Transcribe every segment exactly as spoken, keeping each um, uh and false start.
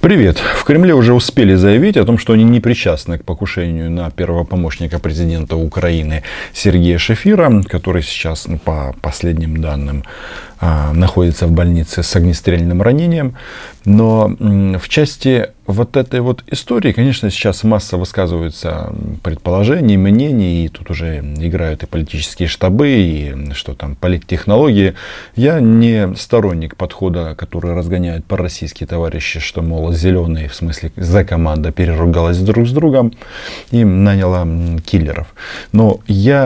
Привет. В Кремле уже успели заявить о том, что они не причастны к покушению на первого помощника президента Украины Сергея Шефира, который сейчас, по последним данным, находится в больнице с огнестрельным ранением. Но в части вот этой вот истории, конечно, сейчас масса высказывается предположений, мнений, и тут уже играют и политические штабы, и что там, политтехнологии. Я не сторонник подхода, который разгоняют пророссийские товарищи, что, мол, зеленые, в смысле, за команда переругалась друг с другом и наняла киллеров. Но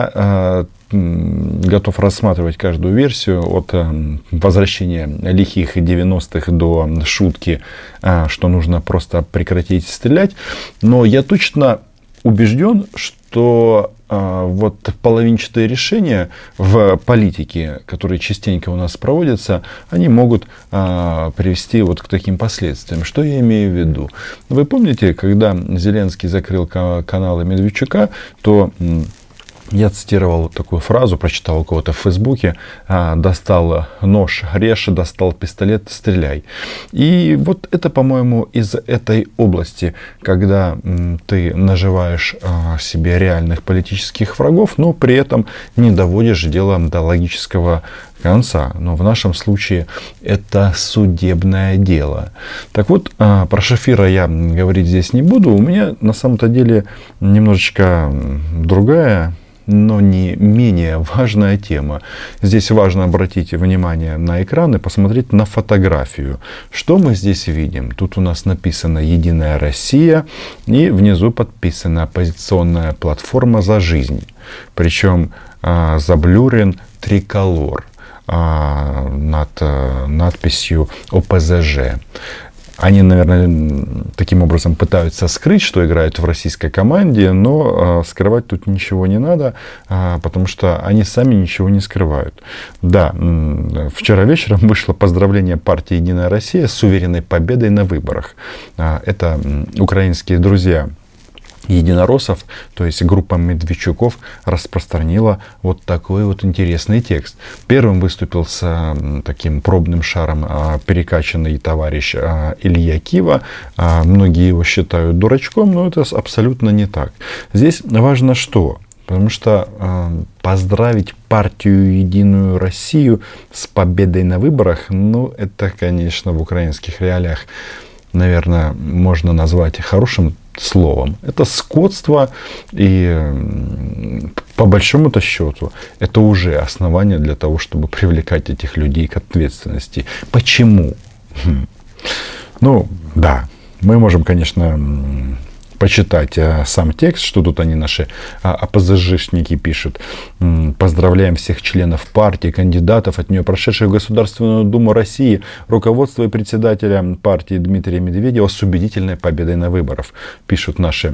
я готов рассматривать каждую версию от возвращения лихих девяностых до шутки, что нужно просто прекратить стрелять. Но я точно убежден, что вот половинчатые решения в политике, которые частенько у нас проводятся, они могут привести вот к таким последствиям. Что я имею в виду? Вы помните, когда Зеленский закрыл каналы Медведчука, то я цитировал такую фразу, прочитал у кого-то в Фейсбуке: достал нож, режь, достал пистолет, стреляй. И вот это, по-моему, из этой области, когда ты наживаешь себе реальных политических врагов, но при этом не доводишь дело до логического конца. Но в нашем случае это судебное дело. Так вот, про Шефира я говорить здесь не буду. У меня на самом-то деле немножечко другая, но не менее важная тема. Здесь важно обратить внимание на экран и посмотреть на фотографию. Что мы здесь видим? Тут у нас написано «Единая Россия» и внизу подписана «Оппозиционная платформа за жизнь». Причем а, заблюрен триколор а, над а, надписью «О Пэ Зэ Жэ». Они, наверное, таким образом пытаются скрыть, что играют в российской команде, но э, скрывать тут ничего не надо, э, потому что они сами ничего не скрывают. Да, э, вчера вечером вышло поздравление партии «Единая Россия» с уверенной победой на выборах. Э, это э, украинские друзья единороссов, то есть группа Медведчуков, распространила вот такой вот интересный текст. Первым выступил с а, таким пробным шаром а, перекачанный товарищ а, Илья Кива. А, многие его считают дурачком, но это абсолютно не так. Здесь важно что? Потому что э, поздравить партию «Единую Россию» с победой на выборах, ну, это, конечно, в украинских реалиях, наверное, можно назвать хорошим словом. Это скотство, и по большому-то счету это уже основание для того, чтобы привлекать этих людей к ответственности. Почему? Хм. Ну, да, мы можем, конечно, почитать а, сам текст, что тут они, наши а, ОПЗЖшники, пишут. Поздравляем всех членов партии, кандидатов, от нее прошедших в Государственную Думу России, руководство и председателя партии Дмитрия Медведева с убедительной победой на выборах, пишут наши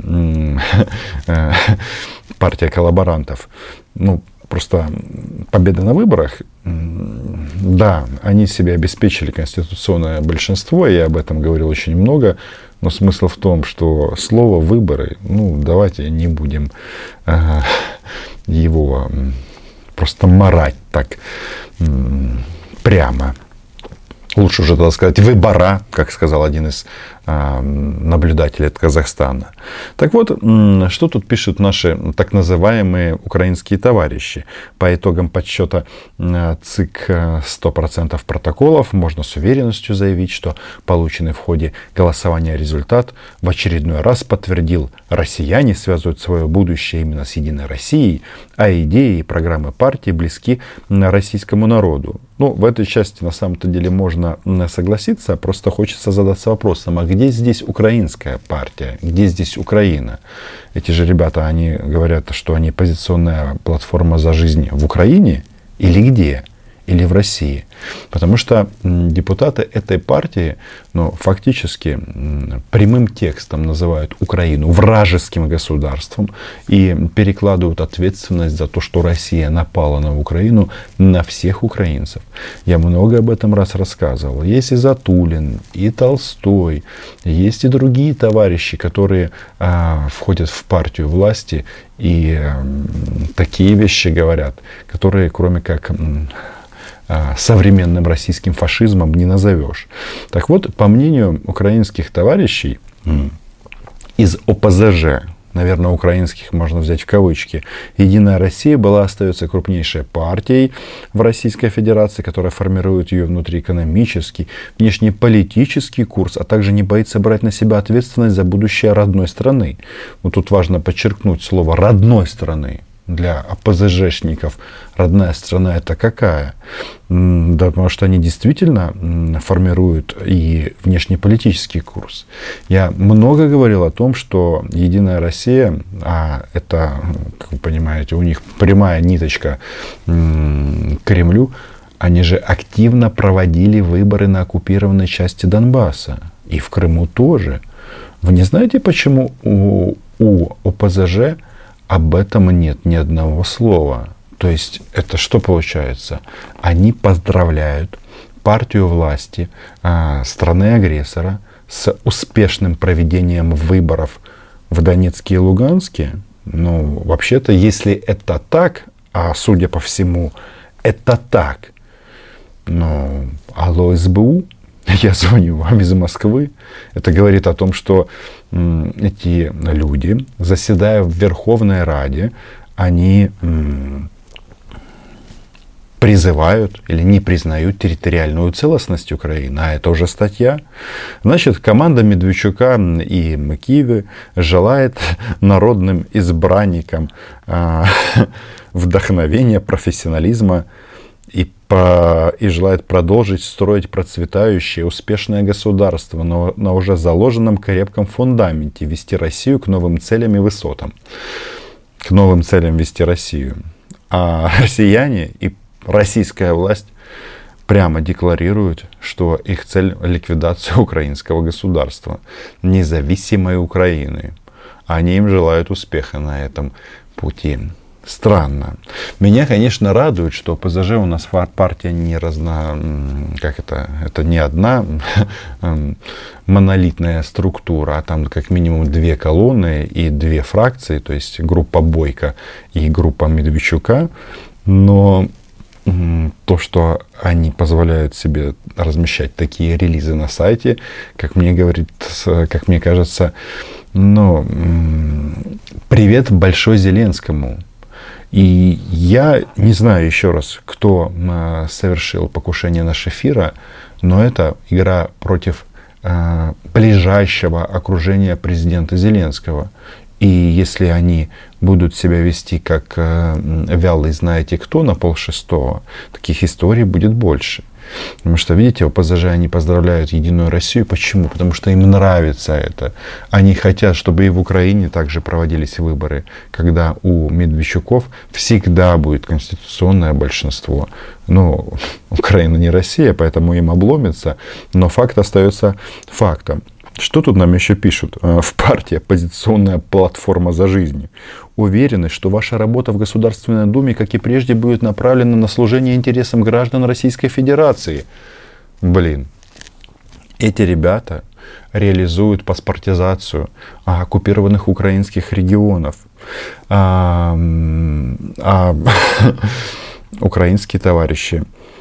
партия коллаборантов. Ну, просто победа на выборах, да, они себе обеспечили конституционное большинство, я об этом говорил очень много, но смысл в том, что слово «выборы», ну, давайте не будем э, его просто марать так э, прямо. Лучше уже тогда сказать «выбора», как сказал один из э, наблюдателей от Казахстана. Так вот, э, что тут пишут наши так называемые украинские товарищи? По итогам подсчета э, ЦИК сто процентов протоколов можно с уверенностью заявить, что полученный в ходе голосования результат в очередной раз подтвердил: россияне связывают свое будущее именно с «Единой Россией», а идеи и программы партии близки российскому народу. Ну, в этой части на самом-то деле можно согласиться, просто хочется задаться вопросом, а где здесь украинская партия, где здесь Украина? Эти же ребята, они говорят, что они оппозиционная платформа за жизнь в Украине или где? Или в России. Потому что депутаты этой партии, ну, фактически прямым текстом называют Украину вражеским государством и перекладывают ответственность за то, что Россия напала на Украину, на всех украинцев. Я много об этом раз рассказывал. Есть и Затулин, и Толстой, есть и другие товарищи, которые а, входят в партию власти и а, такие вещи говорят, которые, кроме как современным российским фашизмом не назовешь. Так вот, по мнению украинских товарищей из о пэ зэ жэ, наверное, украинских можно взять в кавычки, «Единая Россия» была, остается крупнейшей партией в Российской Федерации, которая формирует ее внутриэкономический, внешнеполитический курс, а также не боится брать на себя ответственность за будущее родной страны. Вот тут важно подчеркнуть слово «родной страны». Для о пэ зэ жэшников родная страна это какая? Да, потому что они действительно формируют и внешнеполитический курс. Я много говорил о том, что Единая Россия, а это, как вы понимаете, у них прямая ниточка к Кремлю, они же активно проводили выборы на оккупированной части Донбасса. И в Крыму тоже. Вы не знаете, почему у, у о пэ зэ жэ об этом нет ни одного слова? То есть это что получается? Они поздравляют партию власти а, страны-агрессора с успешным проведением выборов в Донецке и Луганске. Ну, вообще-то, если это так, а судя по всему, это так, ну, алло, эс бэ у, я звоню вам из Москвы. Это говорит о том, что м, эти люди, заседая в Верховной Раде, они м, призывают или не признают территориальную целостность Украины. А это уже статья. Значит, команда Медведчука и Киеве желает народным избранникам э, вдохновения, профессионализма и и желает продолжить строить процветающее, успешное государство на, на уже заложенном крепком фундаменте, вести Россию к новым целям и высотам. К новым целям вести Россию. А россияне и российская власть прямо декларируют, что их цель — ликвидация украинского государства, независимой Украины. Они им желают успеха на этом пути. Странно. Меня, конечно, радует, что пэ зэ жэ у нас партия не разно... Как это? Это не одна монолитная структура, а там как минимум две колонны и две фракции, то есть группа Бойко и группа Медведчука. Но то, что они позволяют себе размещать такие релизы на сайте, как мне говорит, как мне кажется, ну, привет большой Зеленскому. И я не знаю еще раз, кто э, совершил покушение на Шефира, но это игра против э, ближайшего окружения президента Зеленского. И если они будут себя вести как э, вялый знаете кто на полшестого, таких историй будет больше. Потому что, видите, о пэ зэ жэ они поздравляют Единую Россию. Почему? Потому что им нравится это. Они хотят, чтобы и в Украине также проводились выборы, когда у Медведчуков всегда будет конституционное большинство. Но Украина не Россия, поэтому им обломится. Но факт остается фактом. Что тут нам еще пишут? В партии «Оппозиционная платформа за жизнь». Уверены, что ваша работа в Государственной Думе, как и прежде, будет направлена на служение интересам граждан Российской Федерации. Блин. Эти ребята реализуют паспортизацию оккупированных украинских регионов. А, а, украинские товарищи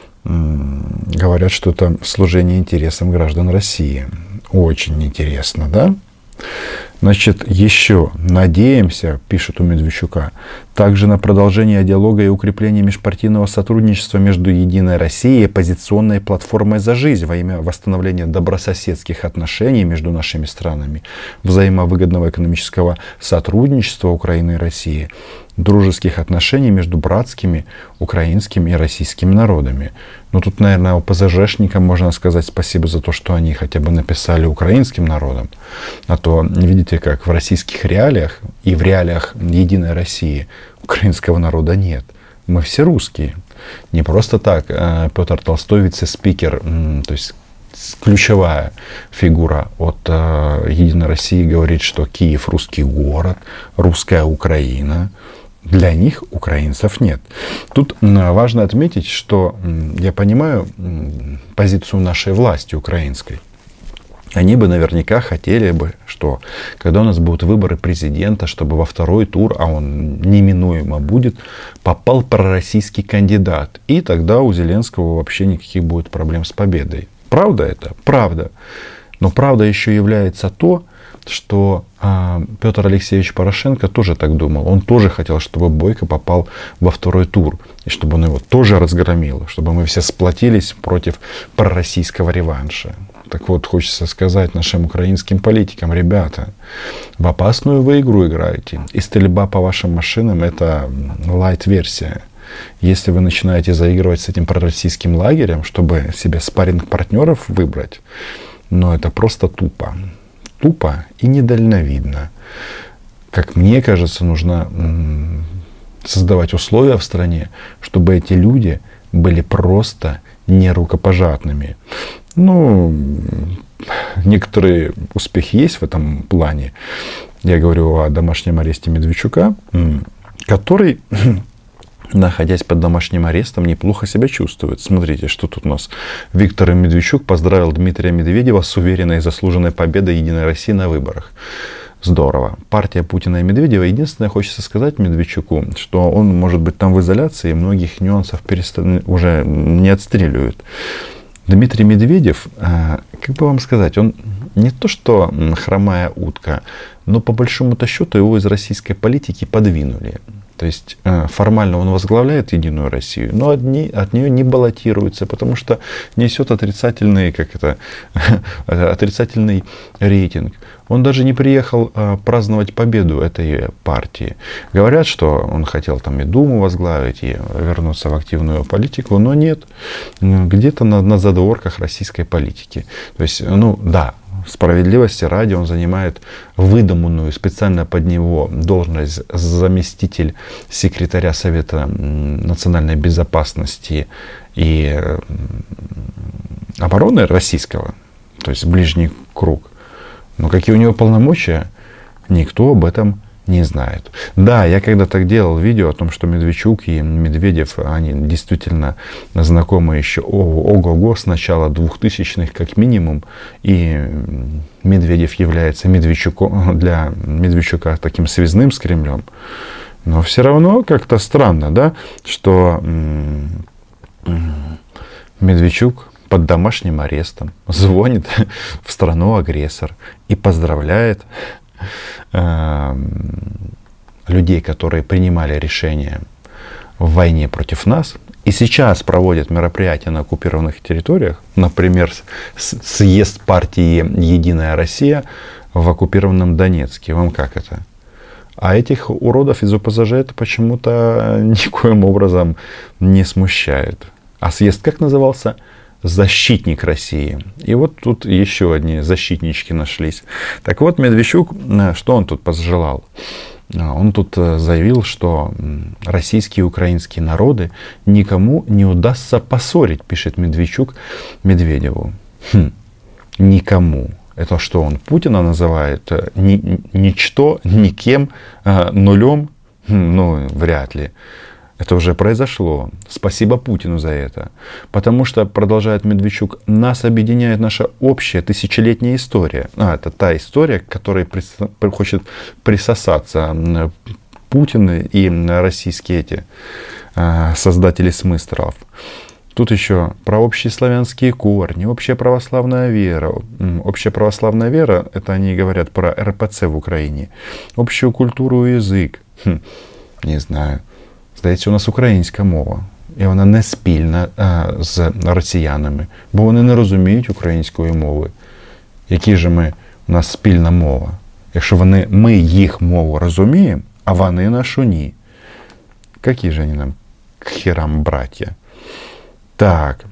говорят, что это служение интересам граждан России. Очень интересно, да? Значит, еще надеемся, пишет у Медведчука, также на продолжение диалога и укрепление межпартийного сотрудничества между Единой Россией и оппозиционной платформой за жизнь во имя восстановления добрососедских отношений между нашими странами, взаимовыгодного экономического сотрудничества Украины и России, дружеских отношений между братскими украинскими и российскими народами. Но тут, наверное, о пэ зэ жэшникам можно сказать спасибо за то, что они хотя бы написали украинским народом. А то, видите, как в российских реалиях и в реалиях Единой России украинского народа нет. Мы все русские. Не просто так Петр Толстой, вице-спикер, то есть ключевая фигура от Единой России, говорит, что Киев — русский город, русская Украина. Для них украинцев нет. Тут важно отметить, что я понимаю позицию нашей власти украинской. Они бы наверняка хотели бы, что когда у нас будут выборы президента, чтобы во второй тур, а он неминуемо будет, попал пророссийский кандидат. И тогда у Зеленского вообще никаких будет проблем с победой. Правда это? Правда. Но правда еще является то, что а, Петр Алексеевич Порошенко тоже так думал. Он тоже хотел, чтобы Бойко попал во второй тур. И чтобы он его тоже разгромил. Чтобы мы все сплотились против пророссийского реванша. Так вот, хочется сказать нашим украинским политикам: ребята, в опасную вы игру играете. И стрельба по вашим машинам — это лайт-версия. Если вы начинаете заигрывать с этим пророссийским лагерем, чтобы себе спарринг-партнеров выбрать, ну это просто тупо. Тупо и недальновидно. Как мне кажется, нужно создавать условия в стране, чтобы эти люди были просто нерукопожатными. Ну, некоторые успехи есть в этом плане. Я говорю о домашнем аресте Медведчука, который, находясь под домашним арестом, неплохо себя чувствует. Смотрите, что тут у нас. Виктор Медведчук поздравил Дмитрия Медведева с уверенной и заслуженной победой Единой России на выборах. Здорово. Партия Путина и Медведева. Единственное, хочется сказать Медведчуку, что он может быть там в изоляции, и многих нюансов переста... уже не отстреливают. Дмитрий Медведев, как бы вам сказать, он не то что хромая утка, но по большому-то счету его из российской политики подвинули. То есть формально он возглавляет Единую Россию, но от, не, от нее не баллотируется, потому что несет отрицательный, как это, отрицательный рейтинг. Он даже не приехал праздновать победу этой партии. Говорят, что он хотел там и Думу возглавить, и вернуться в активную политику, но нет. Где-то на, на задворках российской политики. То есть, ну да, справедливости ради, он занимает выдуманную специально под него должность заместитель секретаря Совета национальной безопасности и обороны российского, то есть ближний круг. Но какие у него полномочия, никто об этом не знает. Да, я когда-то делал видео о том, что Медведчук и Медведев, они действительно знакомы еще ого-го с начала двухтысячных как минимум. И Медведев является Медведчуком, для Медведчука таким связным с Кремлем. Но все равно как-то странно, да, что Медведчук под домашним арестом звонит в страну-агрессор и поздравляет людей, которые принимали решения в войне против нас, и сейчас проводят мероприятия на оккупированных территориях, например, съезд партии «Единая Россия» в оккупированном Донецке. Вам как это? А этих уродов из ОПЗЖ это почему-то никоим образом не смущает. А съезд как назывался? Защитник России. И вот тут еще одни защитнички нашлись. Так вот, Медведчук, что он тут пожелал? Он тут заявил, что российские и украинские народы никому не удастся поссорить, пишет Медведчук Медведеву. Хм, никому. Это что, он Путина называет ни, ничто, никем, нулем? Хм, ну, вряд ли. Это уже произошло. Спасибо Путину за это. Потому что, продолжает Медведчук, нас объединяет наша общая тысячелетняя история. А, это та история, к которой прис- хочет присосаться Путин и российские эти создатели смыслов. Тут еще про общие славянские корни, общая православная вера. Общая православная вера, это они говорят про эр пэ цэ в Украине. Общую культуру и язык. Хм, не знаю. Здається, у нас українська мова, і вона не спільна а, з росіянами, бо вони не розуміють української мови. Які ж ми, у нас спільна мова? Якщо вони, ми їх мову розуміємо, а вони нашу ні. Які ж вони нам к херам браття? Так.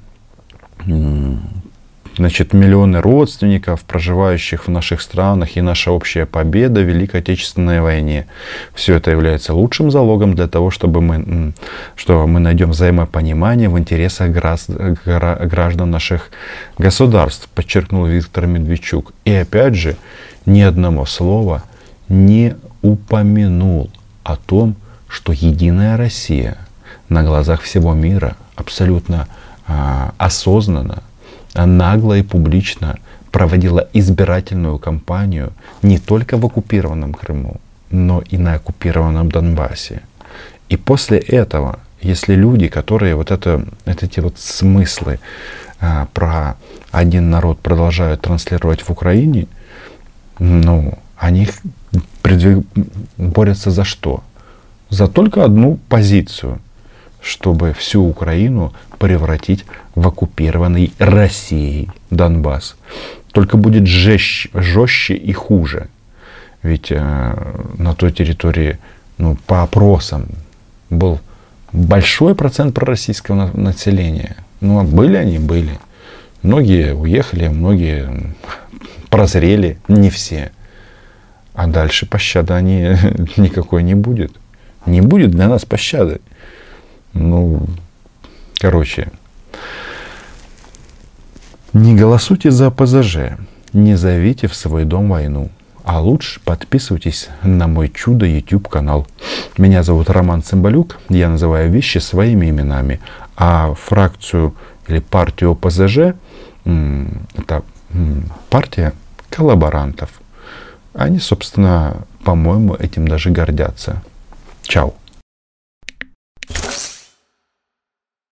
Значит, миллионы родственников, проживающих в наших странах, и наша общая победа в Великой Отечественной войне. Все это является лучшим залогом для того, чтобы мы, что мы найдем взаимопонимание в интересах граждан наших государств, подчеркнул Виктор Медведчук. И опять же, ни одного слова не упомянул о том, что Единая Россия на глазах всего мира абсолютно а, осознанно, нагло и публично проводила избирательную кампанию не только в оккупированном Крыму, но и на оккупированном Донбассе. И после этого, если люди, которые вот, это, вот эти вот смыслы а, про один народ продолжают транслировать в Украине, ну, они предвиг... борются за что? За только одну позицию, чтобы всю Украину превратить в оккупированный Россией Донбасс. Только будет жестче, жестче и хуже. Ведь э, на той территории, ну, по опросам, был большой процент пророссийского населения. Ну, а были они? Были. Многие уехали, многие прозрели, не все. А дальше пощады они никакой не будет. Не будет для нас пощады. Ну, короче. Не голосуйте за ПЗЖ. Не зовите в свой дом войну. А лучше подписывайтесь на мой чудо YouTube канал. Меня зовут Роман Цымбалюк. Я называю вещи своими именами. А фракцию или партию ПЗЖ это партия коллаборантов. Они, собственно, по-моему, этим даже гордятся. Чао.